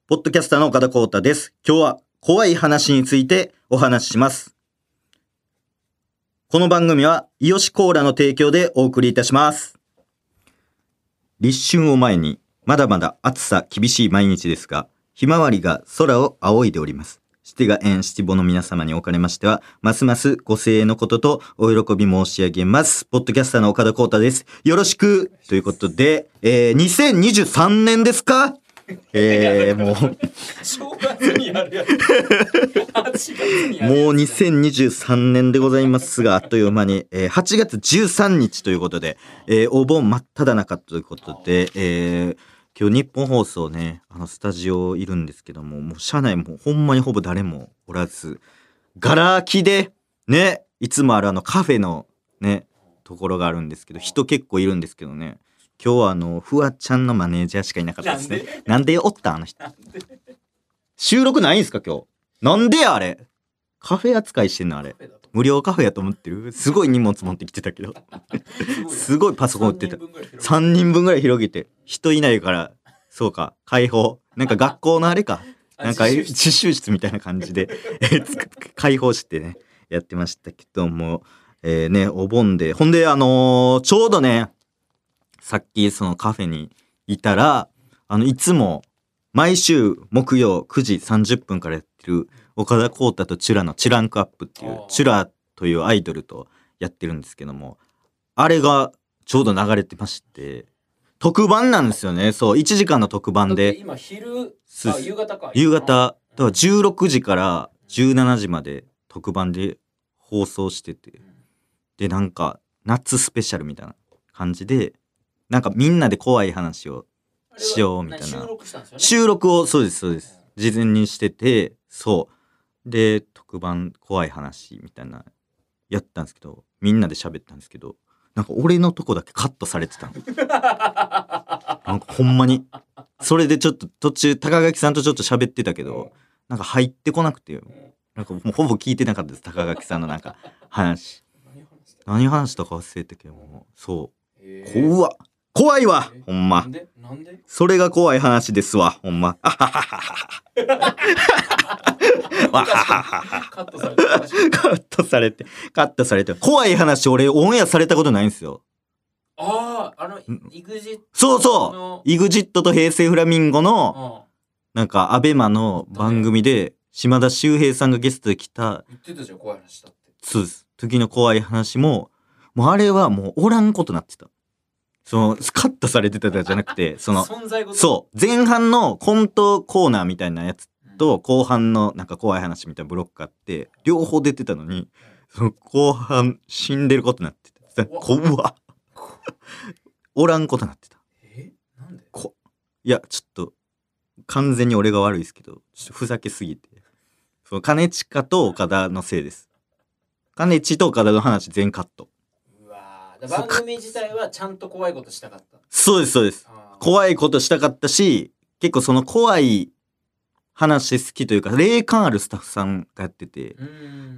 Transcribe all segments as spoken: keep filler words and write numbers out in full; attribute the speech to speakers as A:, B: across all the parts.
A: ポッドキャスターの岡田光太です。今日は怖い話についてお話しします。この番組はイヨシコーラの提供でお送りいたします。立春を前にまだまだ暑さ厳しい毎日ですが、ひまわりが空を仰いでおります。シティガエンシティボの皆様におかれましては、ますますご声援のこととお喜び申し上げます。ポッドキャスターの岡田光太です。よろしくということで、えー、にせんにじゅうさんねんですか？えー、もう
B: 正月にやるやつはちがつにやるやつ
A: もうにせんにじゅうさんねんでございますが、あっという間に、えー、はちがつじゅうさんにちということで、えー、お盆真っ只中ということで、えー、今日日本放送ね、あのスタジオいるんですけども、もう社内もほんまにほぼ誰もおらず、ガラ空きでね、いつもあるあのカフェのねところがあるんですけど、人結構いるんですけどね、今日はあのフワちゃんのマネージャーしかいなかったですね。なんで、なんでおったあの人。収録ないんすか今日。なんでやあれ。カフェ扱いしてんのあれ。無料カフェやと思ってる。すごい荷物持ってきてたけど。すごいパソコン売ってた。さんにんぶんぐらい広げて。人いないから、そうか、開放。なんか学校のあれか。なんか自習室みたいな感じで開放してね、やってましたけども、えー、ね、お盆で。ほんで、あのー、ちょうどね、さっきそのカフェにいたら、あの、いつも毎週木曜くじさんじゅっぷんからやってる岡田光太とチュラのチュランクアップっていう、チュラというアイドルとやってるんですけども、あれがちょうど流れてまして、特番なんですよね。そう、いちじかんの特番で。
B: 今昼、あ、夕方か。
A: 夕方、だからじゅうろくじからじゅうしちじまで特番で放送してて、で、なんか夏スペシャルみたいな感じで、なんかみんなで怖い話をしようみたいな。
B: 収録したんですよね。
A: 収録を、そうですそうです。事前にしてて、そう。で、特番怖い話みたいなやったんですけど、みんなで喋ったんですけど、なんか俺のとこだけカットされてたの。なんかほんまに。それでちょっと途中、高垣さんとちょっと喋ってたけど、なんか入ってこなくて、なんかもうほぼ聞いてなかったです、高垣さんのなんか話。何話したか忘れたけども、そう。怖っ。怖いわほんま。
B: なんでなんで
A: それが怖い話ですわほんま。あはははは
B: カットされて
A: カットされてカットされて怖い話俺オンエアされたことないんですよ。
B: ああ、あのイグジット、
A: そうそう、イグジットと平成フラミンゴのなんかアベマの番組で島田秀平さんがゲストで来た、
B: 言ってたじゃん怖い話だって。
A: そうです、時の怖い話も、もうあれはもうおらんことなってた。そのカットされてたじゃなくて、その
B: 存在ごと、
A: そう前半のコントコーナーみたいなやつと後半のなんか怖い話みたいなブロックがあって両方出てたのに、その後半死んでることになってた。怖っおらんことになってた。
B: えなんで？
A: こいやちょっと完全に俺が悪いですけど、ちょっとふざけすぎて、その兼近と岡田のせいです。兼近と岡田の話全カット。
B: 番組自体はちゃんと怖いことしたかった。
A: そうですそうです。怖いことしたかったし、結構その怖い話好きというか霊感あるスタッフさんがやってて、
B: うん、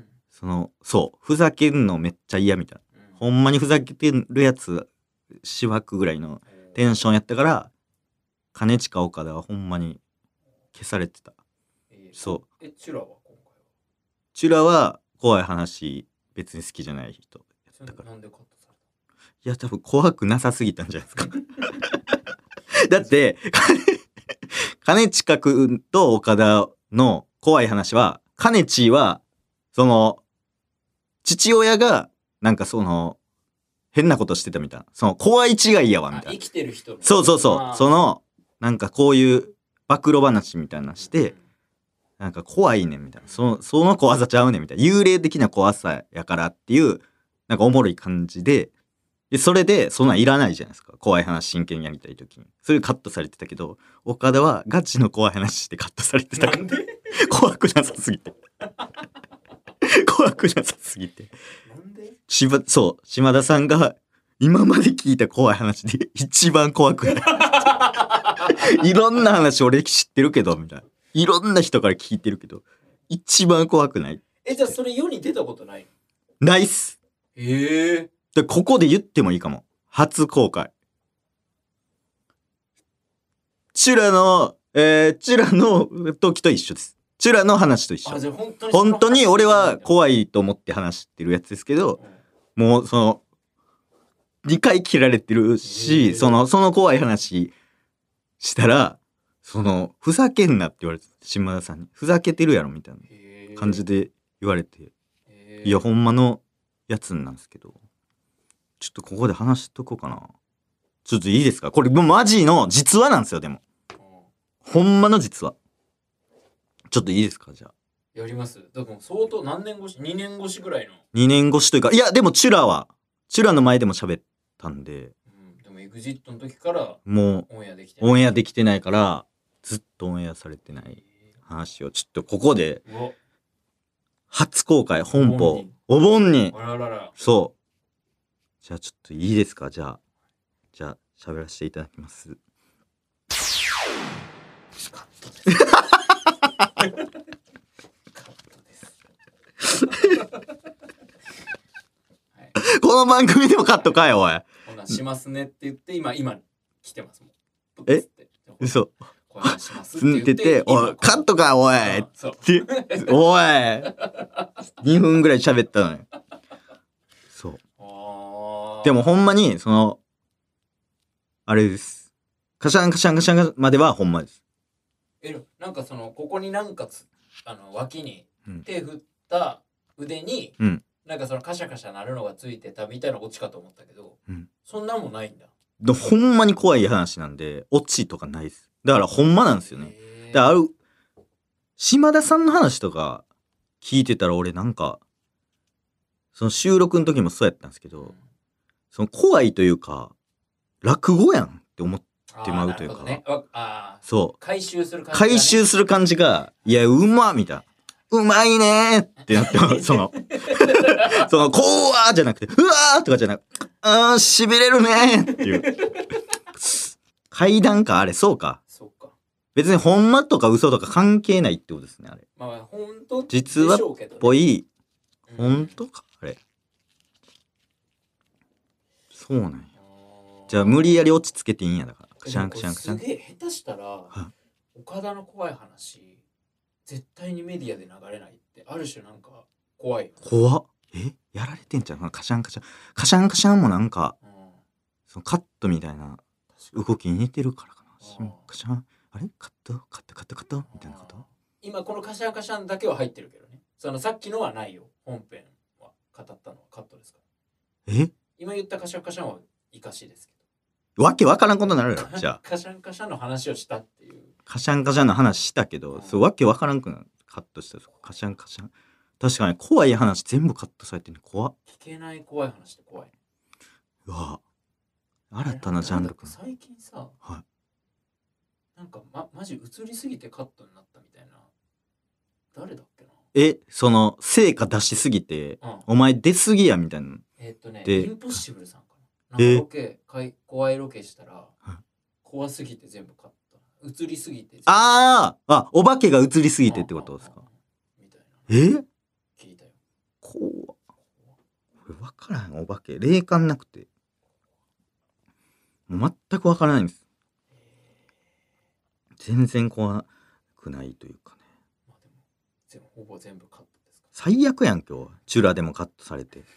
A: そのそうふざけんのめっちゃ嫌みたいな、うん、ほんまにふざけてるやつしわくぐらいのテンションやったから、兼近岡田はほんまに消されてた。えー、そう。
B: えチュラは今回は
A: チュラは怖い話別に好きじゃない人やったから。
B: なんでカットされた？
A: いや多分怖くなさすぎたんじゃないですかだって兼近くんと岡田の怖い話は、兼近はその父親がなんかその変なことしてたみたいな、その怖い違いやわみたいな、
B: 生きてる人、
A: そうそうそう、そのなんかこういう暴露話みたいなして、うん、なんか怖いねんみたいな、そのその怖さちゃうねんみたいな、幽霊的な怖さやからっていうなんかおもろい感じで、でそれでそんなんいらないじゃないですか、怖い話真剣にやりたい時に。それカットされてたけど、岡田はガチの怖い話してカットされてたから。怖くなさすぎて怖くなさすぎて
B: なんで
A: しばそう島田さんが今まで聞いた怖い話で一番怖くないいろんな話俺知ってるけどみたいな、いろんな人から聞いてるけど一番怖くない。
B: え、じゃあそれ世に出たことない？
A: ないっす。
B: へえ。
A: でここで言ってもいいかも。初公開。チュラのえー、チュラの時と一緒です。チュラの話と一緒。
B: あ、じゃあ本当に
A: 本当に俺は
B: い。
A: 怖いと思って話してるやつですけど、もうその、にかい切られてるし、
B: へー
A: その、その怖い話したら、その、ふざけんなって言われて、島田さんに。ふざけてるやろみたいな
B: へー
A: 感じで言われて、
B: へー
A: いや、ほんまのやつなんですけど、ちょっとここで話しとこうかな。ちょっといいですか？これもうマジの実話なんですよ、でも。ほんまの実話。ちょっといいですか？じゃあ。
B: やります。だから相当何年越し ?に 年越しぐらいの。
A: にねん越しというか、いや、でもチュラは、チュラの前でも喋ったんで、
B: うん、でも エグジット の時から
A: も
B: オンエアできて
A: う、オンエアで
B: き
A: きてないから、ずっとオンエアされてない話を、ちょっとここで、
B: うわ、
A: 初公開、本邦
B: お盆に、
A: お盆に、
B: あららら。
A: そう。じゃあちょっといいですか？じゃあ、じゃあ喋らせていただきます。
B: カットです。カットです。はい。
A: この番組でもカットかよ、おい。
B: こんなんしますねって言って今今来てますもん。
A: え
B: プッつって
A: 嘘。
B: こういうのしますって
A: つん
B: 言って
A: てて、おい、カットか、おい。
B: うんそう。
A: っておい。にふんぐらい喋ったのよ。そう。
B: あー
A: でもほんまに、その、あれです。カシャンカシャンカシャンまではほんまです。
B: えなんかそのここになんかつあの脇に
A: うん
B: 手振った腕に、
A: うん
B: なんかそのカシャカシャなるのがついてたみたいなオチかと思ったけど、
A: うん
B: そんなんもないんだ。
A: でほんまに怖い話なんで、オチとかないです。だからほんまなんですよね。
B: へー
A: で、ある、島田さんの話とか聞いてたら俺なんか、その収録の時もそうやったんですけど、その怖いというか、落語やんって思って、ってまうというか
B: あーなるほどね、ああ
A: そう。
B: 回収する感じがね、
A: 回収する感じが、いや、うまみたいな。うまいねーってなってます。その、その、こうわーじゃなくて、うわーとかじゃなく、あー、しびれるねーっていう。階段か、あれ、そうか。
B: そうか。
A: 別にほんまとか嘘とか関係ないってことですね、あれ。
B: まあ本当
A: 実話っぽ
B: い、
A: い、ほんとか、あれ。そうなんや。じゃあ、無理やり落ち着けていいんや、だから。クシャンクシャンクシャン。
B: すげえ下手したら、岡田の怖い話絶対にメディアで流れないってある種なんか怖いよね、
A: 怖っ。えやられてんじゃん。カシャンカシャン。カシャンカシャンもなんか、
B: うん、
A: そのカットみたいな動きに似てるからかな。シャンカシャン。あれカットカットカットカットみたいなこと？
B: 今このカシャンカシャンだけは入ってるけどね。そのさっきのはないよ。本編は語ったのはカットですから。
A: え
B: 今言ったカシャンカシャンは生かしですけ
A: わけわからんことになるよ。
B: ど。
A: じゃあ。
B: カシャンカシャンの話をしたっていう。
A: カシャンカシャンの話したけど、そうわけわからんくなる。カットしたらカシャンカシャン。確かに怖い話全部カットされてるの怖っ。
B: 聞けない怖い話って怖い。
A: うわ新たなジャンルかな。
B: 最近さ、
A: はい
B: なんかまマジ映りすぎてカットになったみたいな。誰だっけな。
A: え、その、成果出しすぎて、
B: うん、
A: お前出すぎやみたいな。
B: えーっとね、
A: で
B: インポッシブルさんかな。
A: え
B: なんかロケ、かい怖いロケしたら、
A: はい
B: 怖すぎて全部カット。映りすぎて全部。
A: あーあ、お化けが映りすぎてってことですか？
B: うんうんうんみたいな。
A: え
B: 聞いたよ。
A: 怖っ。俺分からん、お化け。霊感なくて。もう全く分からないんです。全然怖くないというかね。
B: まあでも全部ほぼ全部カットですか。
A: 最悪やん、今日。チュラでもカットされて。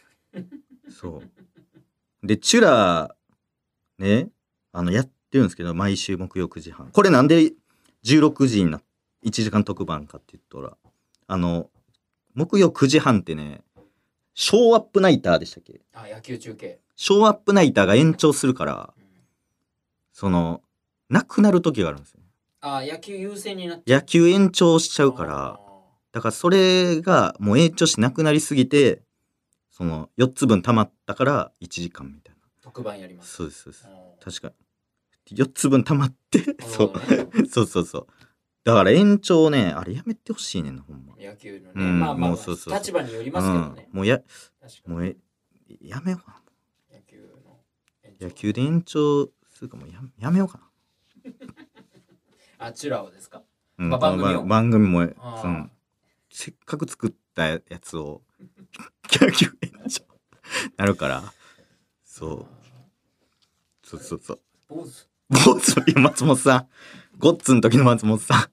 A: そう。で、チュラ、ね、あの、やってるんですけど、毎週木曜くじはん。これなんでじゅうろくじにな、いちじかん特番かって言ったら、あの、木曜くじはんってね、ショーアップナイターでしたっけ？
B: あ、野球中継。
A: ショーアップナイターが延長するから、
B: うん、
A: その、なくなる時があるんですよ。
B: あ、野球優先になっちゃう。
A: 野球延長しちゃうから、だからそれがもう延長しなくなりすぎて、そのよっつぶん溜まったからいちじかんみたいな。
B: 特番やります。
A: そうですそうです。
B: うん
A: 確かに。よっつぶん溜まってそう
B: なるほどね
A: そうそうそう。だから延長ね、あれやめてほしいねんな、ほんま。
B: 野球のね、
A: うん
B: まあまあ、
A: もうそうそうそう
B: 立場によりますけどね。
A: うん、もうや、
B: 確かに
A: もうえ、やめようか
B: 野球の延
A: な。
B: 長
A: 野球で延長するかもうややめようか
B: あ、チュラをですか。
A: な。うん、
B: まあ番組を
A: この番組も、
B: あー
A: そのせっかく作ったやつを野球延長なるから、そう。そうそうそう。
B: 坊主。
A: 坊主、いや松本さん。 ゴッツの時の松本さん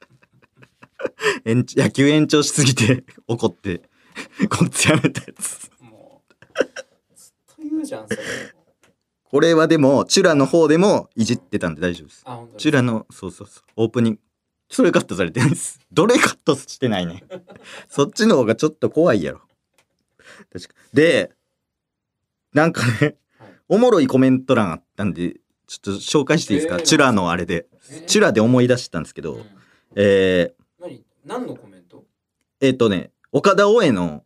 A: 延野球延長しすぎて怒ってゴッツやめたやつ。
B: もうずっと言うじゃんそれ。
A: これはでもチュラの方でもいじってたんで大丈夫です。
B: あ本当
A: チュラのそうそうそうオープニングそれカットされてるんです。どれカットしてないねそっちの方がちょっと怖いやろ。確かでなんかね、はい、おもろいコメント欄あったんでちょっと紹介していいですか、えー、チュラのあれで、えー、チュラで思い出したんですけど、うん、えー、
B: 何何のコメント？
A: えっ、ー、とね岡田大江の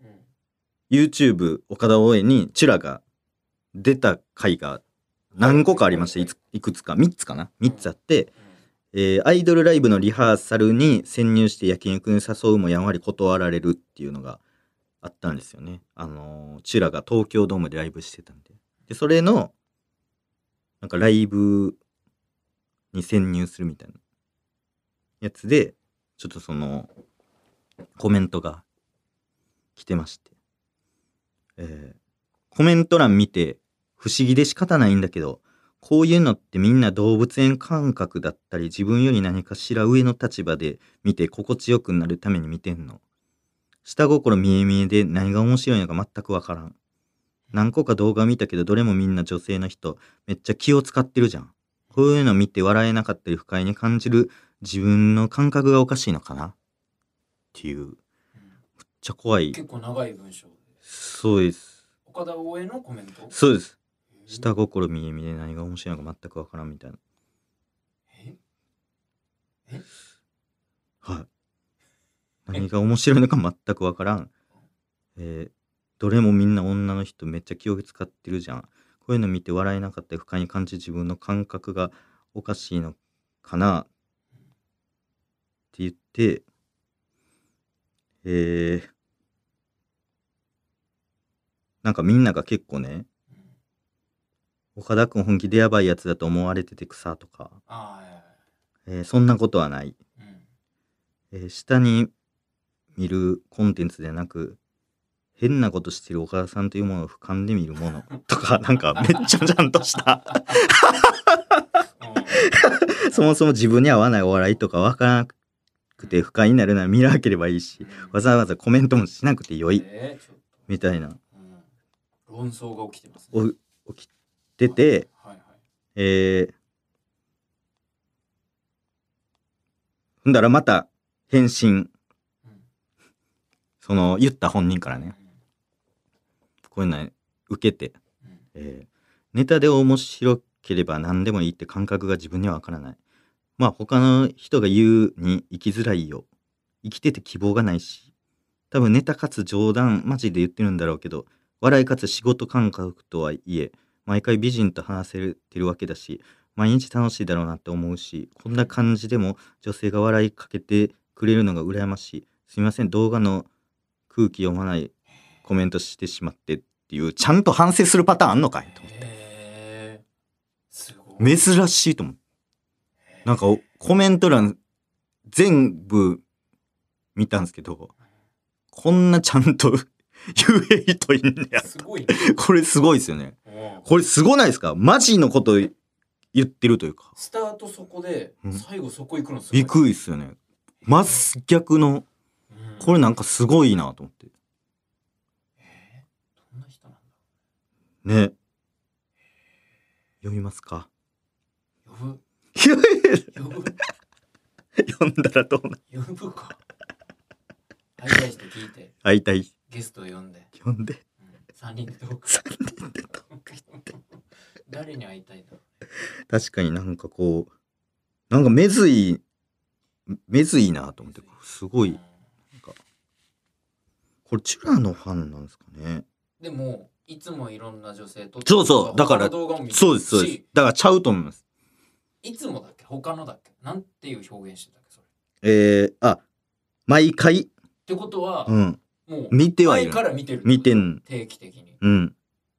A: YouTube 岡田大江にチュラが出た回が何個かありまして、い, ついくつかみっつかなみっつあって、うんえー、アイドルライブのリハーサルに潜入して焼肉に誘うもやんわり断られるっていうのがあったんですよね。あのー、チュラが東京ドームでライブしてたんで、でそれのなんかライブに潜入するみたいなやつでちょっとそのコメントが来てまして、えー、コメント欄見て不思議で仕方ないんだけど、こういうのってみんな動物園感覚だったり自分より何かしら上の立場で見て心地よくなるために見てんの。下心見え見えで何が面白いのか全くわからん。何個か動画見たけどどれもみんな女性の人めっちゃ気を使ってるじゃん。こういうの見て笑えなかったり不快に感じる自分の感覚がおかしいのかなっていう、めっちゃ怖い。
B: 結構長い文章。
A: そうです。
B: 岡田大江のコメント？
A: そうです。下心見え見えで何が面白いのか全くわからんみたいな。
B: ええ
A: はい。何が面白いのか全くわからん。えー、どれもみんな女の人めっちゃ気を使ってるじゃん。こういうの見て笑えなかったり不快に感じ自分の感覚がおかしいのかなって言って、えー、なんかみんなが結構ね、岡田くん本気でやばいやつだと思われてて草とか、
B: あー、
A: えー、そんなことはない、うんえー、下に見るコンテンツでなく変なことしてる岡田さんというものを俯瞰で見るものとかなんかめっちゃちゃんとしたそもそも自分に合わないお笑いとか分からなくて不快になるなら見なければいいし、わざわざコメントもしなくてよい、えー、みたいな、うん、
B: 論争が起きてますね。
A: 起きてて、
B: はいはい、
A: えー、ほんだらまた返信、うん、その言った本人からね、うん、こういうの受けて、うんえー、ネタで面白ければ何でもいいって感覚が自分には分からない。まあ他の人が言うに生きづらいよ。生きてて希望がないし、多分ネタかつ冗談マジで言ってるんだろうけど、笑いかつ仕事感覚とはいえ毎回美人と話せてるわけだし、毎日楽しいだろうなって思うし、こんな感じでも女性が笑いかけてくれるのが羨ましい。すみません、動画の空気読まないコメントしてしまってっていう、ちゃんと反省するパターンあんのかいと思って、
B: へーすごい
A: 珍しいと思う。なんかコメント欄全部見たんですけど、こんなちゃんと言える人いんねや。
B: すごいね。
A: これすごいですよね。これすごないですか？マジのこと言ってるというか。
B: スタートそこで、最後そこ行くのすごい。
A: びっくりっすよね。真逆の、うん、これなんかすごいなと思って。
B: えー、どんな人なんだ
A: ね。読みますか？
B: 呼ぶ
A: 呼ぶ読んだらどうな
B: る？呼ぶか。会いたい人聞いて。
A: 会いたい。
B: ゲスト呼んで。
A: 呼んで。
B: うん、さんにんでトーク。
A: さんにんでトークして。
B: 誰に会いたいんだろうね。
A: 確かになんかこう、なんかめずい、めずいなと思って、すごい、なんか、これチュラのファンなんですかね。
B: でも、いつもいろんな女性と。
A: そうそう、だから、そうです、そうです。だからちゃうと思います。
B: いつもだっけ？他のだっけ？なんていう表現してたっけそれ。
A: えー、あ、毎回。
B: ってことは、
A: うん、
B: もう
A: 見てはいる。
B: 前から見てる。
A: 見てん。
B: 定期的に。
A: うん。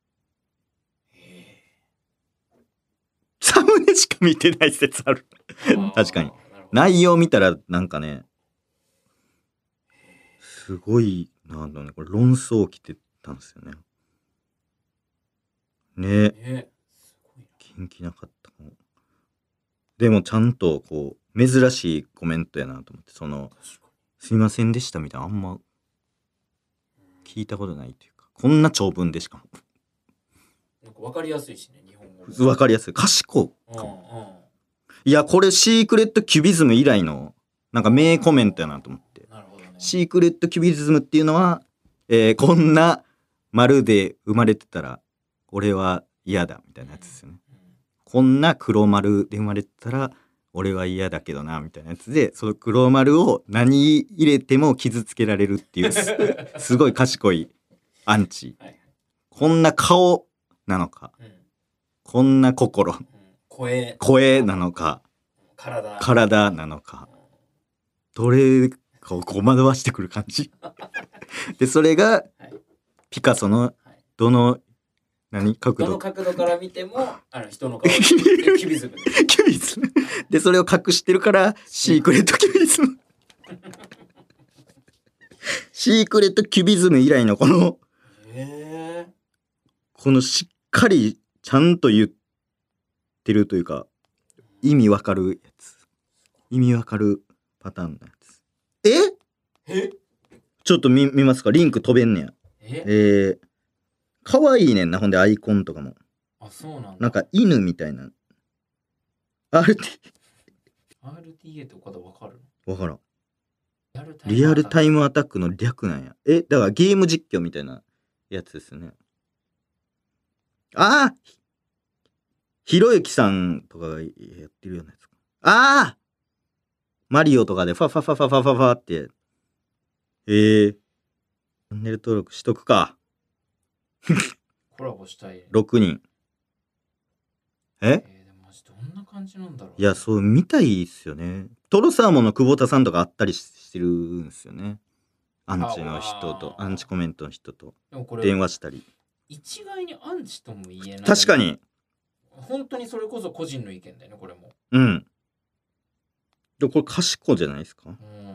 A: サムネしか見てない説ある。確かに。内容見たらなんかね、すごいなんだろうね、これ論争起きてたんですよね。ね。
B: ね、
A: 元気なかったかも。でもちゃんとこう珍しいコメントやなと思って、その
B: 確か
A: すいませんでしたみたいなあんま聞いたことないというか、こんな長文でしかも
B: になんか分かりやすいしね、日本語も。
A: 分かりやすい、賢い
B: うんうん。
A: いやこれシークレットキュビズム以来のなんか名コメントやなと思って。
B: なるほどね。
A: シークレットキュビズムっていうのは、えー、こんな丸で生まれてたら俺は嫌だみたいなやつですよね。
B: うん
A: こんな黒丸で生まれてたら俺は嫌だけどなみたいなやつで、その黒丸を何入れても傷つけられるっていうすすごい賢いアンチ。
B: はいはい。
A: こんな顔なのか、
B: うん
A: こんな心、
B: うん声
A: 声なのか、
B: 体
A: 体なのか、どれかをこう惑わしてくる感じで、それが
B: はい
A: ピカソの
B: はい
A: どの何角度
B: どの角度から見てもあの人の顔をキュビズムで
A: キュビズムで、それを隠してるからシークレットキュビズムシークレットキュビズム以来のこの
B: へえ
A: このしっかりちゃんと言ってるというか、意味わかるやつ、意味わかるパターンのやつ。え
B: え
A: ちょっと見見ますか、リンク飛べんねや。
B: え
A: えー、かわいいねんな。ほんでアイコンとかも
B: あそうなんだ。
A: なんか犬みたいな。アールテ
B: アールティーエー って岡田わかる
A: ィーわからん。
B: の？
A: リアルタ
B: イ
A: イムアタックの略なんや。え、だからゲーム実況みたいなやつですよね。ああ、ひろゆきさんとかがやってるようなやつか。ああ、マリオとかでファファファファファファファって。ええー、チャンネル登録しとくか。
B: コラボしたい。
A: ろくにん。え
B: えー、でもマジどんな感じなんだろう。
A: いや、そう見たいっすよね。トロサーモンの久保田さんとかあったりしてるんですよね。アンチの人と、
B: あー
A: アンチコメントの人と
B: でもこれ
A: 電話したり。
B: 一概にアンチとも言えない。
A: 確かに。
B: 本当にそれこそ個人の意見だよね、これも。
A: うん。でこれ賢じゃないですか。
B: うん。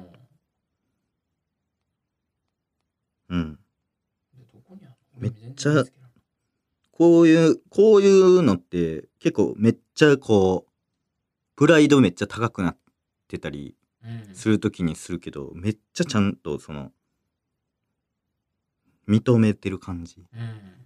A: うん。
B: でどこにあるの？
A: めっちゃ
B: 俺全然見つけられない
A: こういう、こういうのって結構めっちゃこう、プライドめっちゃ高くなってたり
B: うん
A: するときにするけど、めっちゃちゃんとその、認めてる感じ。
B: うん。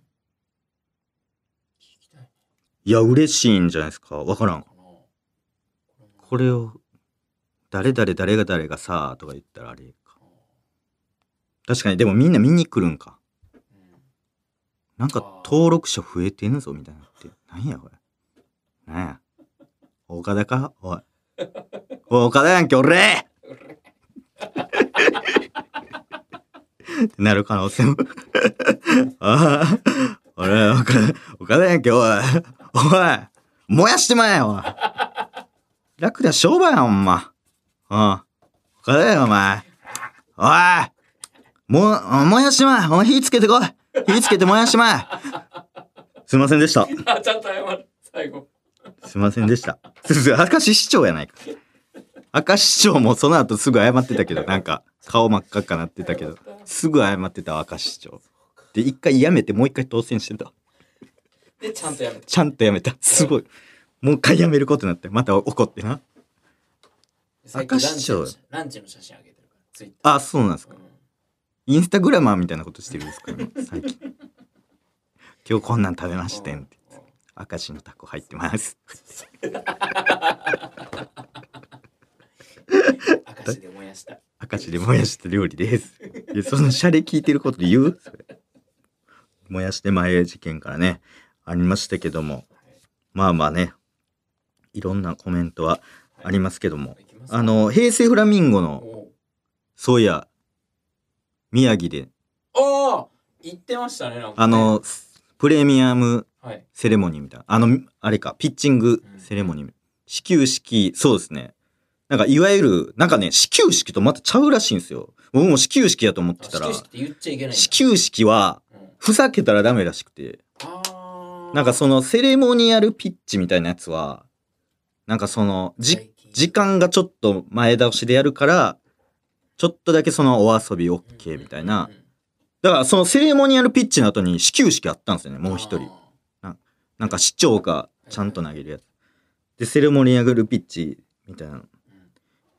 B: 聞きたい。
A: いや、嬉しいんじゃないですか。わからん。
B: かな
A: これを、誰々誰が誰がさ、とか言ったらあれか。確かに、でもみんな見に来るんか。
B: うん
A: なんか登録者増えてんぞみたいなって。なんやこれ。なんや。岡田かおい。おい岡田やんけ、俺ってなる可能性も。ああ、俺、岡田、岡田やんけ、おい。おい、燃やしてまえよ、おい。楽だ、商売やん、ほんま。うん。岡田やん、お前。おい。もう、燃やしてまえ。お前火つけてこい。火つけて燃やしてまえ。すいませんでした。
B: あ、ちゃんと謝る、最後。
A: すいませんでした。明石市長やないか。明石市長もその後すぐ謝ってたけど、なんか顔真っ赤っかなってたけど、すぐ謝ってた明石市長。で、一回辞めてもう一回当選してた。
B: で、ちゃんとやめて。
A: ちゃんと辞めた。すごい。もう一回辞めることになって、また怒ってな。
B: 最近
A: 明石町
B: ランチのランチの写真あげてるから、ツイッター。
A: あ、そうなんですか。
B: うん
A: インスタグラマーみたいなことしてるんですか、今最近。今日こんなん食べましてんって。明石のタコ入ってます。
B: 明石で燃やした。
A: 明石で燃やした料理です。いやそのシャレ聞いてること言うそれ燃やして前事件からね、ありましたけども。まあまあね、いろんなコメントはありますけども。
B: いきますか
A: あの、平成フラミンゴの、
B: お
A: そういや、宮城で、
B: ああ言ってましたね、なんかね。
A: あの、プレミアム
B: はい。
A: セレモニーみたいな。あの、あれか、ピッチングセレモニー。始球式、そうですね。なんか、いわゆる、なんかね、始球式とまたちゃうらしいんですよ。僕も始球式やと思ってたら、
B: 始球式って言っちゃいけないんだ。
A: 始球式は、
B: うん
A: ふざけたらダメらしくて、
B: ああ。
A: なんかそのセレモニアルピッチみたいなやつは、なんかその、じ、
B: 最近
A: 時間がちょっと前倒しでやるから、ちょっとだけそのお遊び OK みたいな。
B: うんうんうん
A: だからそのセレモニアルピッチの後に始球式あったんですよね、もう一人。なんか市長がちゃんと投げるやつ。で、セレモニアルピッチみたいなの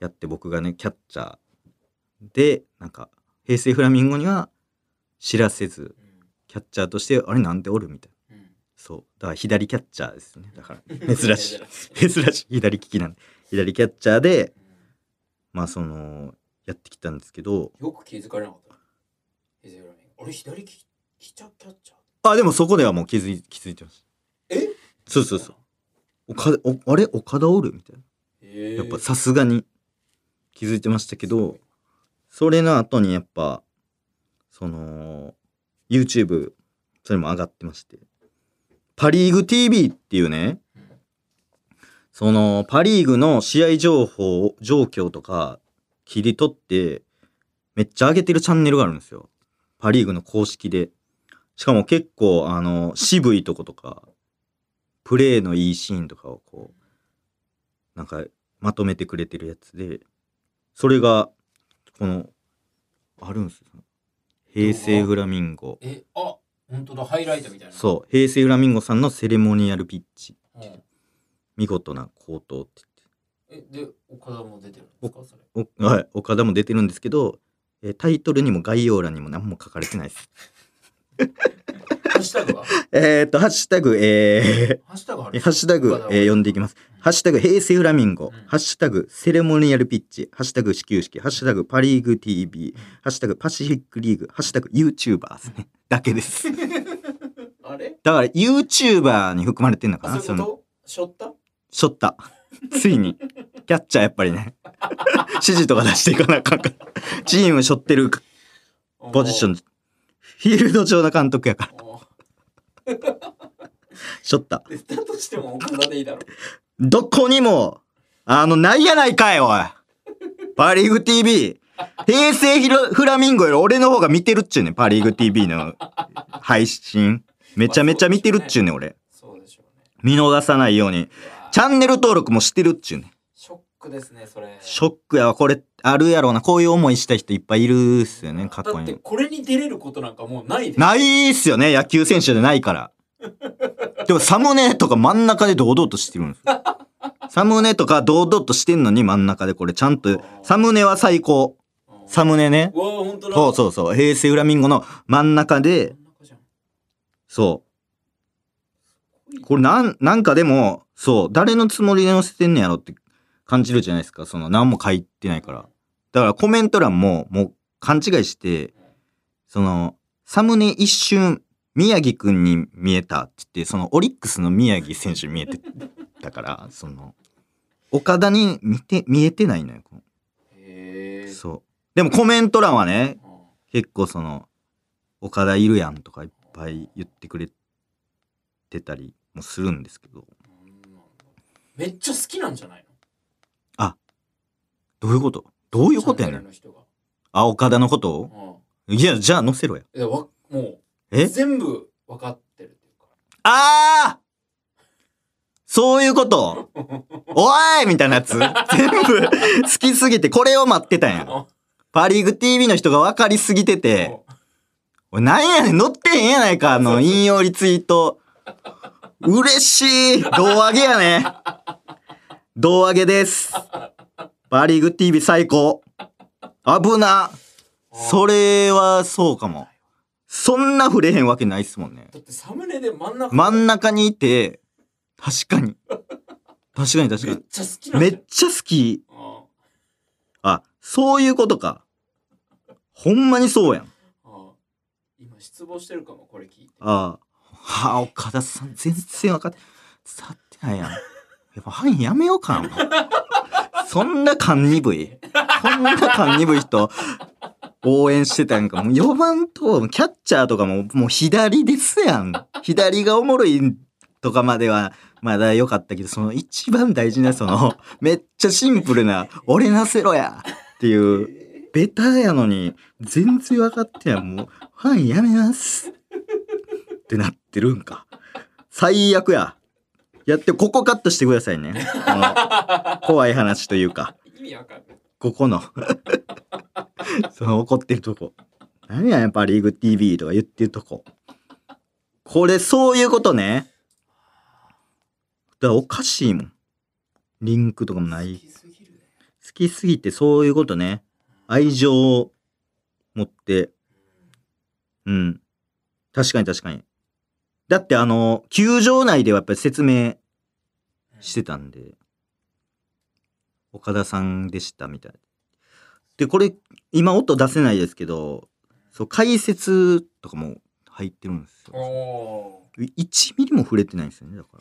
A: やって僕がねキャッチャーでなんか平成フラミンゴには知らせず
B: うん
A: キャッチャーとしてあれなんでおるみたいな。
B: うん
A: そうだから左キャッチャーですよね。だから珍しい珍しい左利きなんで左キャッチャーで
B: うん
A: まあそのやってきたんですけど、
B: よく気づかれなかった。平成フラミンゴあれ左利きキャッチャー
A: あでもそこではもう気づい気づいてました。
B: え
A: そうそうそう。岡おあれ岡田おるみたいな。
B: へー
A: やっぱさすがに気づいてましたけど、それの後にやっぱその YouTube それも上がってまして、パリーグ ティービー っていうね、
B: うん
A: そのパリーグの試合情報状況とか切り取ってめっちゃ上げてるチャンネルがあるんですよ。パリーグの公式で。しかも結構あの渋いとことかプレーのいいシーンとかをこうなんかまとめてくれてるやつで、それがこのあるんですよ。平成フラミンゴ。
B: えあ本当だハイライトみたいな
A: そう平成フラミンゴさんのセレモニアルピッチ、
B: うん
A: 見事な好投って
B: えで岡田も出てるんですかそれ
A: 言って、おはい、岡田も出てるんですけど、えータイトルにも概要欄にも何も書かれてないです。
B: ハッシュタグは
A: えーっとハッシュタグえ
B: ハッシュタグあ
A: ー、
B: る
A: ハッシュタグ、えー、読んでいきます。ハッシュタグ平成フラミンゴ、
B: うん
A: ハッシュタグセレモニアルピッチ、ハッシュタグ始球式、ハッシュタグパリーグ ティービー、ハッシュタグパシフィックリーグ、ハッシュタグ YouTubers ねだけです。
B: あれ
A: だから YouTuber に含まれてんのかな。
B: あそういうことしょった
A: しょったついにキャッチャーやっぱりね指示とか出していかなあかんからチームしょってるポジションフィールド上の監督やから
B: おー
A: しょった
B: でだとしても岡田でいいだろ
A: どこにもあのないやないかいおいパリーグ ティービー 平成フラフラミンゴより俺の方が見てるっちゅうねん。パリーグ ティービー の配信めちゃめちゃ見てるっちゅうねん俺。
B: そうでしょうね
A: 見逃さないように
B: うわ
A: チャンネル登録もしてるっちゅうねん。
B: ショックですねそれ
A: ショックやわ。これあるやろうな。こういう思いした人いっぱいいるっすよね過去
B: だって
A: に。
B: これに出れることなんかもうないです
A: ないっすよね野球選手でないから。でもサムネとか真ん中で堂々としてるんですよ。サムネとか堂々としてんのに真ん中でこれちゃんとサムネは最高。サムネね。
B: うわ本当だ
A: そうそうそう。平成フラミンゴの真ん中で、
B: 真ん中じゃん
A: そう。これなん、なんかでも、そう、誰のつもりで載せてんねやろって感じるじゃないですか。その何も書いてないから。だからコメント欄ももう勘違いして、その、サムネ一瞬、宮城くんに見えたって言って、そのオリックスの宮城選手に見えてたから、その、岡田に見て、見えてないのよ。この
B: へえ
A: そう。でもコメント欄はね、
B: うん
A: 結構その、岡田いるやんとかいっぱい言ってくれてたりもするんですけど。
B: めっちゃ好きなんじゃない
A: どういうことどう
B: の
A: いうことやねん。
B: チャンネルの人が
A: あ、岡田のことを
B: うん
A: いや、じゃあ載せろや。
B: いやわもう
A: え
B: 全部分かってるっていうか
A: あーそういうことおいみたいなやつ全部好きすぎてこれを待ってたんや。
B: あ
A: パリーグ ティービー の人が分かりすぎてて、おいなんやねん載ってへんやないか、あの引用リツイート。嬉しい胴上げやね。胴上げです。パリーグ ティービー 最高。危な。それはそうかも。そんな触れへんわけないっすもんね。
B: だってサムネで真ん中
A: 真ん中にいて、確かに。確かに確か
B: めっ
A: に。
B: ちゃ好きなんじゃん
A: めっちゃ好き。
B: あ
A: あ、そういうことか。ほんまにそうやん。
B: あああ今失望してるかもこれ聞いて
A: ああ。はあ、岡田さん全然分かって、伝わってないやん。やっぱファンやめようかな。そんな勘鈍い。こんな勘鈍い人、応援してたんか。もうよばんと、キャッチャーとかも、もう左ですやん。左がおもろいとかまでは、まだ良かったけど、その一番大事な、その、めっちゃシンプルな、俺なせろやっていう、ベタやのに、全然分かってない。もう、ファンやめます。ってなってるんか。最悪や。やって、ここカットしてくださいね。この怖い話というか、
B: 意味わかんない
A: ここの、その怒ってるとこ。何やねん、パリーグ ティービー とか言ってるとこ。これ、そういうことね。だからおかしいもん。リンクとかもない。
B: 好きすぎるね
A: 好きすぎてそういうことね。愛情を持って。うん。確かに確かに。だってあの、球場内ではやっぱり説明してたんで、岡田さんでしたみたいな。で、これ、今音出せないですけど、そう、解説とかも入ってるんですよ。
B: お
A: いちミリも触れてないんですよね。だから。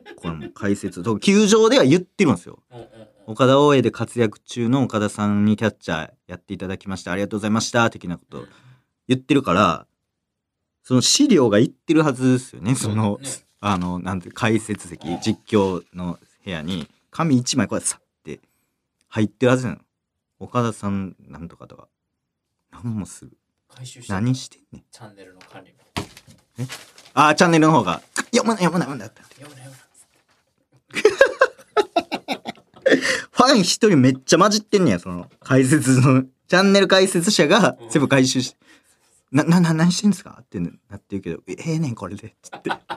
A: これも解説。と球場では言ってるんですよ。
B: ーうんうんうん
A: 岡田大江で活躍中の岡田さんにキャッチャーやっていただきました。ありがとうございました。的なこと言ってるから、その資料が言ってるはずですよね。その、
B: ね
A: あの、なんて、解説席、実況の部屋に、紙一枚こうやってさって入ってるはずなの。岡田さんなんとかとか。なんもすぐ。
B: 回収して
A: 何してんねん。
B: チャンネルの管理も
A: あー、チャンネルの方が。読まない読まない読まないって。
B: 読むな読むな
A: ファン一人めっちゃ混じってんねや、その、解説の、チャンネル解説者が全部回収して、な、な、な、何してんすかってなってるけど、えええねん、これで。つって。え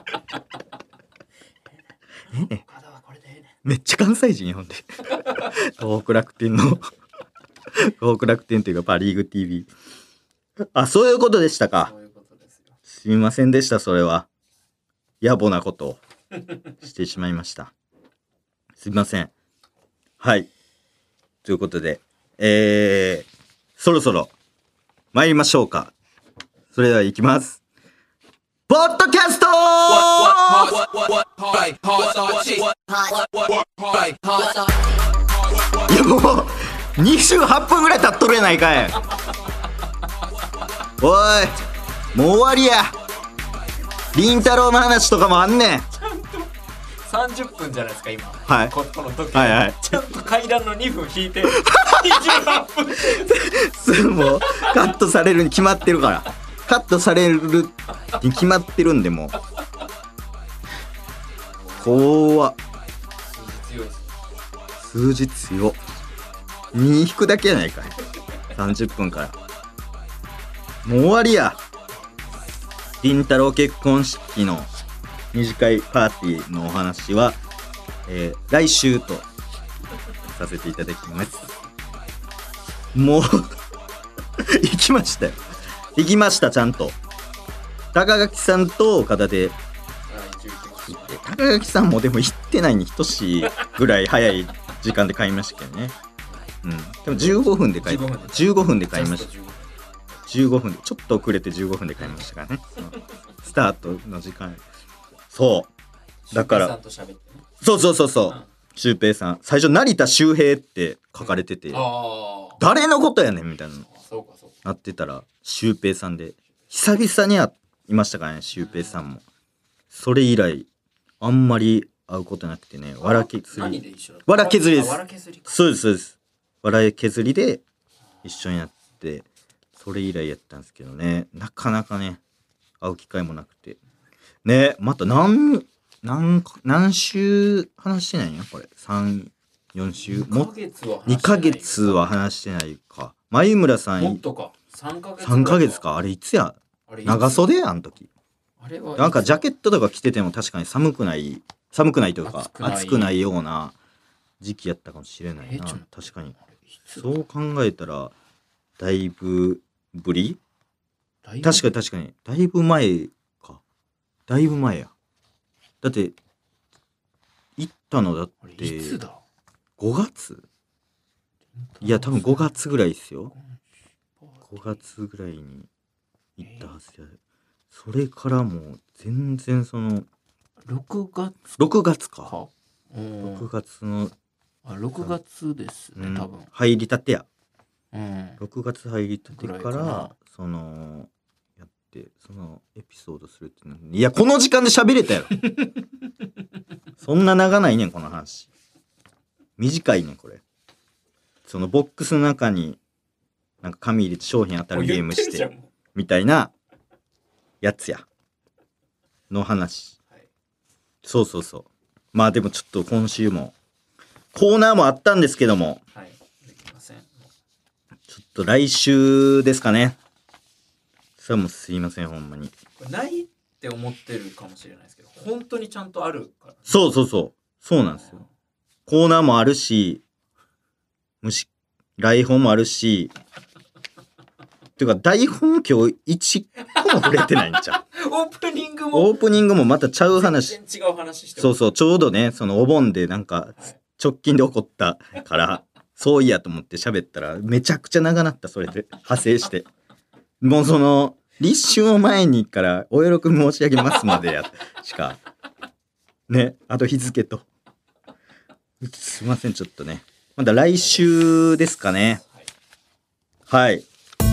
A: えねん。
B: 岡田はこれでええねん
A: めっちゃ関西人、ほんで。東北楽天の、東北楽天というかパリーグ ティービー。あ、そういうことでしたか
B: そ。ういうことですよ
A: すみませんでした、それは。野暮なことをしてしまいました。すみません。はい。ということで、えー、そろそろ参りましょうか。それでは行きます。ポッドキャストいやもうにじゅうはっぷんぐらい経っとるやないかい。おい、もう終わりや。りんたろーの話とかもあんねん。
B: さんじゅっぷんじゃないですか今
A: はい
B: ここの時
A: はいはい。
B: ちゃんと階段のにふん引いてにじゅうはっぷん
A: それもうカットされるに決まってるから。カットされるに決まってるんでもう。怖っ。
B: 強いです
A: 数字強っ。に引くだけやないかい。さんじゅっぷんからもう終わりや。りんたろー結婚式の二次会パーティーのお話は、えー、来週とさせていただきます。もう行きましたよ。行きました。ちゃんと高垣さんと岡田で行って、高垣さんもでも行ってないに等しいぐらい早い時間で買いましたけどね。うん、でもじゅうごふんで買いじゅうごふんで買いました。じゅうごふんでちょっと遅れてじゅうごふんで買いましたからね。スタートの時間。そうだからそうそうそうそう、うん、シュウペイさん最初成田周平って書かれてて、うん、誰のことやねんみたいななってたらシュウペイさんで久々に会いましたからね。シュウペイさんもそれ以来あんまり会うことなくてね。わら削りわら削りです。そうですそうです。わら削りで一緒になってそれ以来やったんですけどね。なかなかね会う機会もなくてね。また何何何週話してないんやこれ。さん、よん週もにかげつは話してないか。眉村さん
B: もっとかさんかげつ
A: さんかげつか。あれいつや。長袖あん時
B: あれは
A: なんかジャケットとか着てても確かに寒くない寒くないというか暑くないような時期やったかもしれないな。確かにそう考えたらだいぶぶり確かに確かにだいぶ前か。だいぶ前や。だって行ったのだって
B: いつだ
A: ごがつ。いや多分ごがつぐらいですよ。ごがつぐらいに行ったはずや。それからもう全然その
B: ろくがつ
A: ろくがつか。
B: か
A: ろくがつの
B: あろくがつですね、うん、多分
A: 入りたてや、
B: うん、
A: ろくがつ入りたてか
B: から
A: らそのやってそのエピソードするっていうのいやこの時間で喋れたよそんな長ないねんこの話。短いねんこれ。そのボックスの中になんか紙入れて商品当たるゲームしてみたいなやつやの話、はい、そうそうそう。まあでもちょっと今週もコーナーもあったんですけども、
B: はい、できません。ち
A: ょっと来週ですかね。それもすいませんほんまに。
B: これないって思ってるかもしれないですけど本当にちゃんとあるから、ね、
A: そうそうそうそうなんですよ。コーナーもあるし虫台本もあるしていうか台本今日いっこも触れてないんちゃう
B: オープニングも
A: オープニングもまたちゃう話
B: 全然違う話してます。
A: そうそうちょうどねそのお盆でなんか
B: はい
A: 直近で起こったからそういやと思って喋ったらめちゃくちゃ長なったそれで派生してもうその立春を前にからお喜び申し上げますまでやしかねあと日付とすいませんちょっとねまだ来週ですかねはい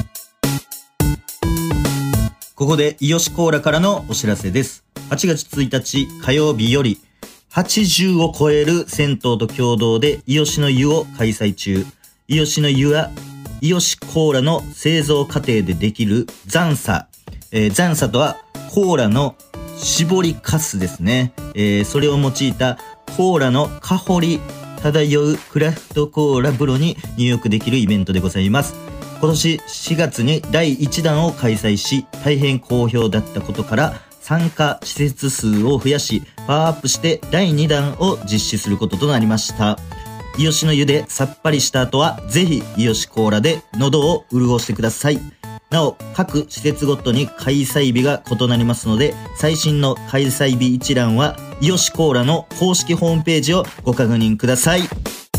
A: ここでイヨシコーラからのお知らせです。はちがつついたち火曜日よりはちじゅうを超える銭湯と共同でイヨシの湯を開催中。イヨシの湯はイヨシコーラの製造過程でできる残砂、えー、残砂とはコーラの搾りかすですね、えー、それを用いたコーラの香り漂うクラフトコーラ風呂に入浴できるイベントでございます。今年しがつにだいいちだんを開催し大変好評だったことから参加施設数を増やしパワーアップしてだいにだんを実施することとなりました。イヨシの湯でさっぱりした後はぜひイヨシコーラで喉を潤してください。なお各施設ごとに開催日が異なりますので最新の開催日一覧はイヨシコーラの公式ホームページをご確認ください。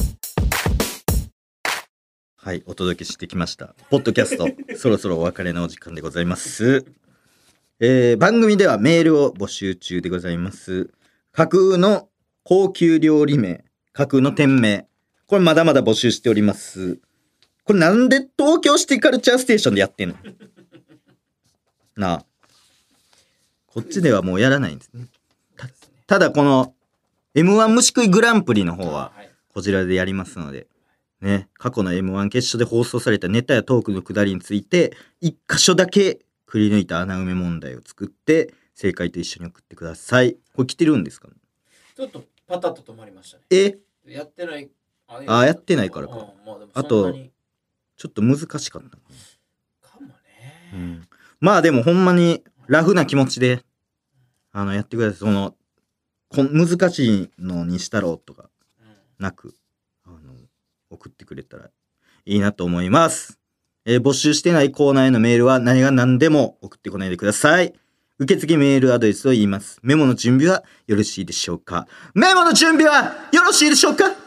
A: はい、お届けしてきましたポッドキャストそろそろお別れのお時間でございます。えー、番組ではメールを募集中でございます。架空の高級料理名、架空の店名、これまだまだ募集しております。これなんで東京シティカルチャーステーションでやってんのなあ、こっちではもうやらないんですね。 た, ただこの エムワン 虫食いグランプリの方はこちらでやりますのでね、過去の エムワン 決勝で放送されたネタやトークのくだりについて一箇所だけくり抜いた穴埋め問題を作って正解と一緒に送ってください。これ来てるんですかね。
B: ちょっとパタッと止まりましたね。
A: え
B: やってない。あ
A: あやってないからか、
B: うんまあ、でも
A: あと
B: そんなに
A: ちょっと難しかったのか
B: かもね、
A: な、うん、まあでもほんまにラフな気持ちであのやってください。そのこ難しいのにしたろうとかなく、あの送ってくれたらいいなと思います。えー、募集してないコーナーへのメールは何が何でも送ってこないでください。受付メールアドレスを言います。メモの準備はよろしいでしょうか。メモの準備はよろしいでしょうか。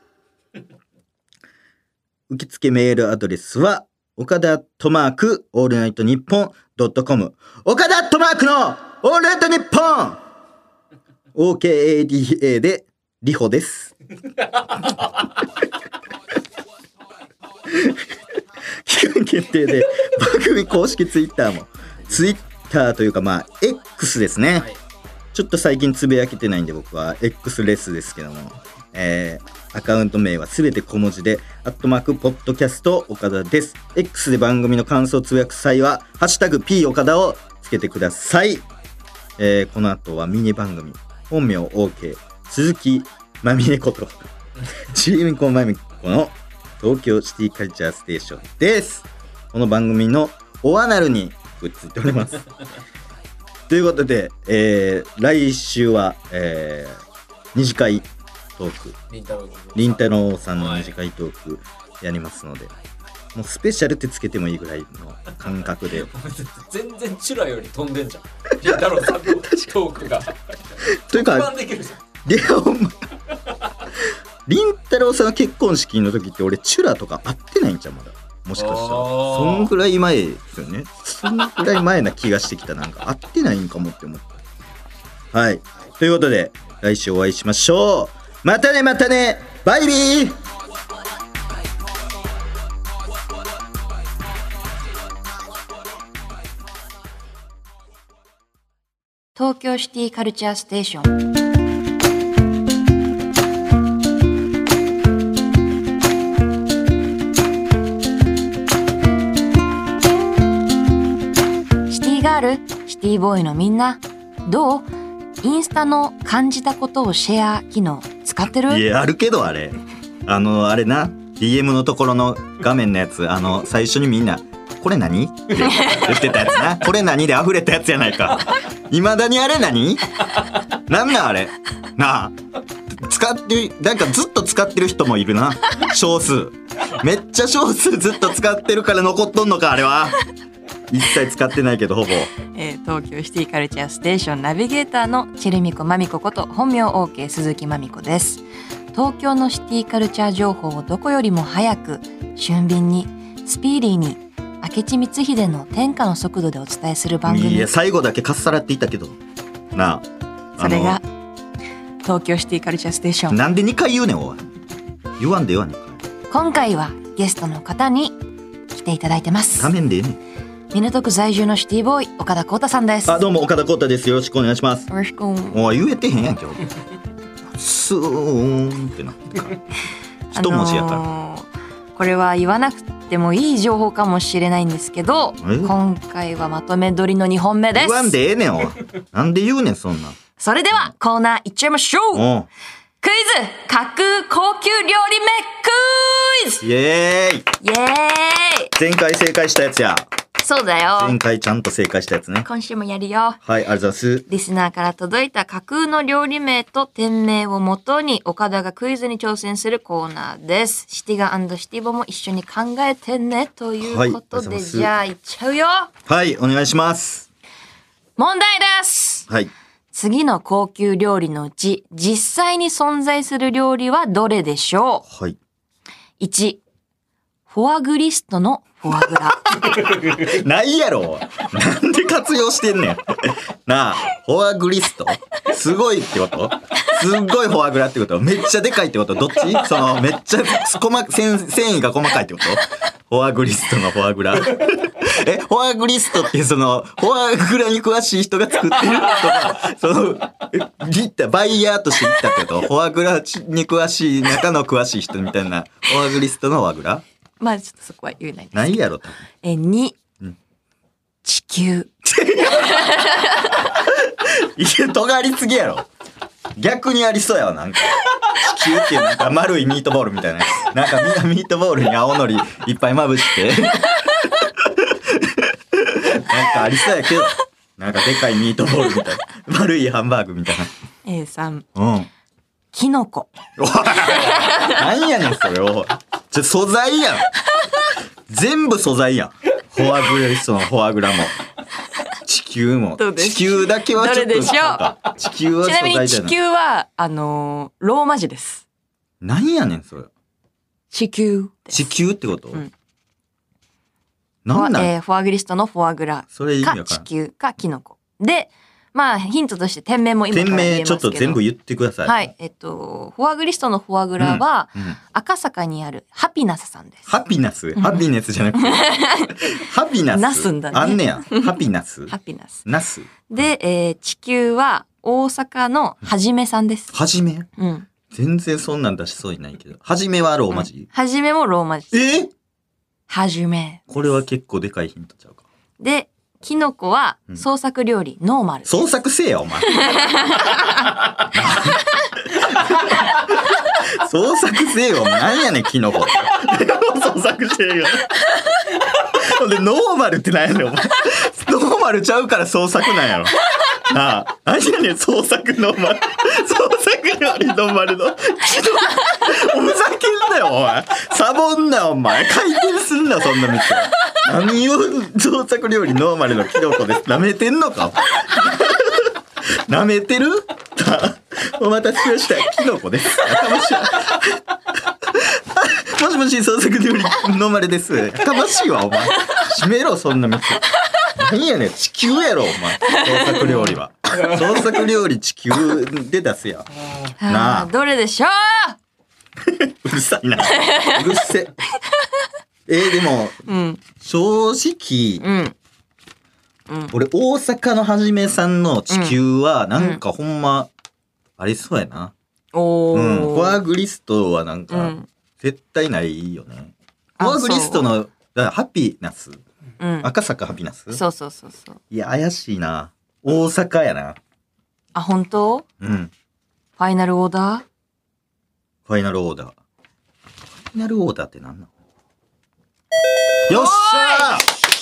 A: 受付メールアドレスは岡田トマークオールナイトニッポンドットコム、岡田トマークのオールナイトニッポン オーケーエーディーエー でリホです期間限定で番組公式ツイッターもツイッターというかまあ X ですね、はい、ちょっと最近つぶやけてないんで僕は X レスですけども、えー、アカウント名はすべて小文字でアットマークポッドキャスト岡田です。 X で番組の感想をつぶやく際はハッシュタグ P 岡田をつけてください。えー、この後はミニ番組本名 OK 鈴木まみねことちびみこまみこの東京シティカルチャーステーションです。この番組のおアナルにくっついておりますということで、えー、来週は、えー、二次会トークりんたろーさんの二次会トークやりますので、はい、もうスペシャルってつけてもいいぐらいの感覚で
B: 全然チュラより飛んでんじゃんりんたろーさんのトークが
A: というかレオンりんたろーさんの結婚式の時って俺チュラとか会ってないんじゃんまだ。もしかしたらそんぐらい前ですよね。そんぐらい前な気がしてきた。なんか会ってないんかもって思った。はい、ということで来週お会いしましょう。またねまたねバイビー。
C: 東京シティカルチャーステーション。ガール、シティボーイのみんな、どう？インスタの感じたことをシェア機能使ってる？
A: いやあるけどあれあのあれな ディーエム のところの画面のやつ、あの最初にみんなこれ何って言ってたやつなこれ何で溢れたやつやないか。いまだにあれ何なんなんあれなあ、使ってなんかずっと使ってる人もいるな少数めっちゃ少数ずっと使ってるから残っとんのかあれは。一切使ってないけどほぼ。
C: えー東京シティカルチャーステーションナビゲーターのチェルミコマミコこと本名 OK 鈴木まみこです。東京のシティカルチャー情報をどこよりも早く俊敏にスピーディーに明智光秀の天下の速度でお伝えする番組。
A: いや最後だけかっさらっていったけどなあ。
C: それが東京シティカルチャーステーション。
A: なんでにかい言うねんおい。言わんでええわねん。
C: 今回はゲストの方に来ていただいてます。
A: 画面でええねん。
C: 港区在住のシティボーイ岡田浩太さんです。
A: あどうも岡田浩太です。よろしくお願いします。
C: よろしく。
A: おい言えてへんやん今日。スーンってなってから一文字やから、
C: あのーこれは言わなくてもいい情報かもしれないんですけど、
A: え
C: 今回はまとめ撮りのにほんめです。
A: 言わんでええねんおい。なんで言うねんそんなん。
C: それではコーナーいっちゃいましょう。
A: おう
C: クイズ架空高級料理名クイズ。
A: イエーイ。
C: イエーイ。
A: 前回正解したやつや。
C: そうだよ。
A: 前回ちゃんと正解したやつね。
C: 今週もやるよ。
A: はい、ありがとうございます。
C: リスナーから届いた架空の料理名と店名をもとに岡田がクイズに挑戦するコーナーです。シティガ&シティボも一緒に考えてねということで、
A: はい
C: じゃあいっちゃうよ。
A: はい、お願いします。
C: 問題です。
A: はい。
C: 次の高級料理のうち実際に存在する料理はどれでしょう？
A: はい。
C: いち、フォアグリストのフォアグラ。
A: ないやろ。なんで活用してんねん。なあ、フォアグリストすごいってこと？すっごいフォアグラってこと？めっちゃでかいってこと？どっち？その、めっちゃ細か繊繊維が細かいってこと？フォアグリストのフォアグラ。え、フォアグリストってその、フォアグラに詳しい人が作ってるとか、その、リッタ、バイヤーとして言ったってこと？フォアグラに詳しい中の詳しい人みたいな、フォアグリストのフォアグラ？
C: まあちょっとそこは言えないです。
A: ないやろ、多分。
C: え、に、
A: うん
C: 地球。
A: いや、尖りすぎやろ。逆にありそうやわ、なんか。地球っていうなんか丸いミートボールみたいな。なんかみんなミートボールに青のりいっぱいまぶして。なんかありそうやけど。なんかでかいミートボールみたいな。丸いハンバーグみたい
C: えー、さん、
A: な。うん。
C: キノコ。
A: おいなんやねん、それを。ちょ、素材やん。全部素材やん。フォアグリストのフォアグラも。地球も。
C: どうです
A: 地球だけはちょっと。
C: どれでしょう
A: なんか地球は素
C: ちなみに
A: 材じゃない。
C: 地球は、あのーローマ字です。
A: なんやねん、それ。
C: 地球です。
A: 地球ってこと、
C: うん
A: なんなん、
C: えーフォアグリストのフォアグラ
A: それ意味
C: か
A: わからん。
C: 地球かキノコ。で、まあヒントとして店名も今から
A: 店
C: 言えますけど。
A: 名ちょっと全部言ってください。
C: はい。えっと、フォアグリストのフォアグラは、
A: うん。
C: 赤坂にあるハピナスさんです。
A: ハピナスハピネスじゃなくて。ハピナス
C: ナスんだね
A: あんねや。ハピナス
C: ハピナス。
A: ナス
C: で、えー地球は大阪のはじめさんです。
A: はじめ
C: うん。
A: 全然そんなん出しそうにないけど。はじめはローマ字、
C: はじめもローマ字です。
A: え
C: はじめ。
A: これは結構でかいヒントちゃうか。
C: で、キノコは
A: うん
C: 創作料理、ノーマル。
A: 創作せえや、お前。創作せえよ、なんやねん、キノコ。創作せえよ。ほんで、ノーマルってなんやねん、お前。ノーマルちゃうから創作なんやろ。なあ、何やねん、創作ノーマル。創作料理ノーマルの。ふざけんなよ、お前。サボんな、お前。回転すんな、そんな店。何を創作料理ノーマルのキノコです。舐めてんのか舐めてるお待たせしました。キノコです。やかましい。もしもし、創作料理ノーマルです。やかましいわ、お前。閉めろ、そんな店。何やねん、地球やろ、お前。創作料理は。創作料理地球で出すや。なあ
C: あーどれでしょう？
A: うるさいな。うるせ。えー、でも、
C: うん。
A: 正直、
C: うん。
A: 俺、大阪のはじめさんの地球は、なんかほんま、ありそうやな。
C: おー。
A: うん。フォアグリストはなんか、
C: うん。
A: 絶対ないよね。
C: あ
A: フォアグリストの、だからハピナス
C: うん。
A: 赤坂ハピナス
C: そうそうそうそう。
A: いや、怪しいな。大阪やな。
C: あ、本当？
A: うん。
C: ファイナルオーダー？
A: ファイナルオーダー。ファイナルオーダーって何なの？よっしゃ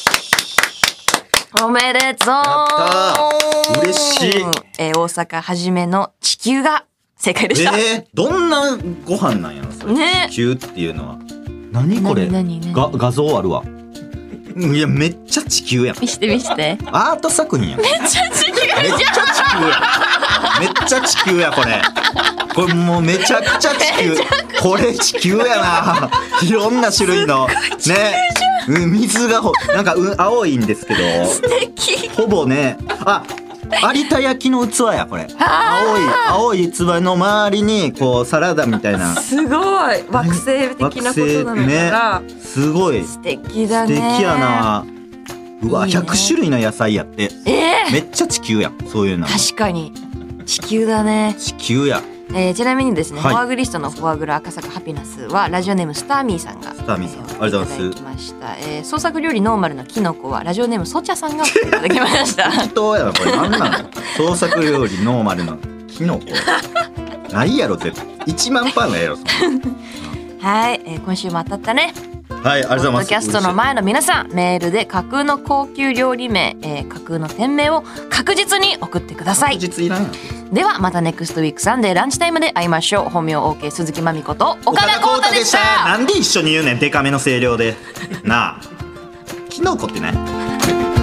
A: ー
C: おめでとう。
A: やったー嬉しい。
C: えー大阪はじめの地球が正解でした。
A: えー、どんなご飯なんやろそれ。
C: ね
A: 地球っていうのは。 何これ
C: 何何何
A: が画像あるわ。いやめっちゃ地球やん。
C: 見して見して
A: アート作品やん。めっ
C: めっちゃ地球
A: ちゃ地球や。めっちゃ地球やこれ。これもうめちゃくちゃ地球。これ地球やな。いろんな種類のね。うん水がほなんか、うん、青いんですけど。
C: 素敵。
A: ほぼね。あ。有田焼の器やこれ。青い青い器の周りにこうサラダみたいな。
C: すごい惑星的なことなのかな、
A: ね、すごい
C: 素敵だね。
A: 素敵やな。うわ、いいね、ひゃく種類の野菜やって。
C: えー、
A: めっちゃ地球やん。そういうの
C: 確かに地球だね。
A: 地球や。
C: えー、ちなみにですね、
A: はい、
C: フォアグリストのフォアグラ赤坂ハピナスはラジオネームスターミーさんが
A: スターミーさん、ありがとうございます。
C: いただきました。えー、創作料理ノーマルのキノコはラジオネームソチャさんが送っていただきました
A: 適当やなこれ。なんなの創作料理ノーマルのキノコないやろ絶対。いちまんパンないやろそんな
C: はい、えー、今週も当たったね。
A: はい、ありがとうございます。
C: ポッドキャストの前の皆さん、メールで架空の高級料理名、えー、架空の店名を確実に送ってください。
A: 確実いらんやん。
C: ではまたネクストウィークサンデーランチタイムで会いましょう。本名 OK 鈴木まみこと岡田浩太でした。
A: なんで一緒に言うねんデカめの声量でなあ。キノコってね。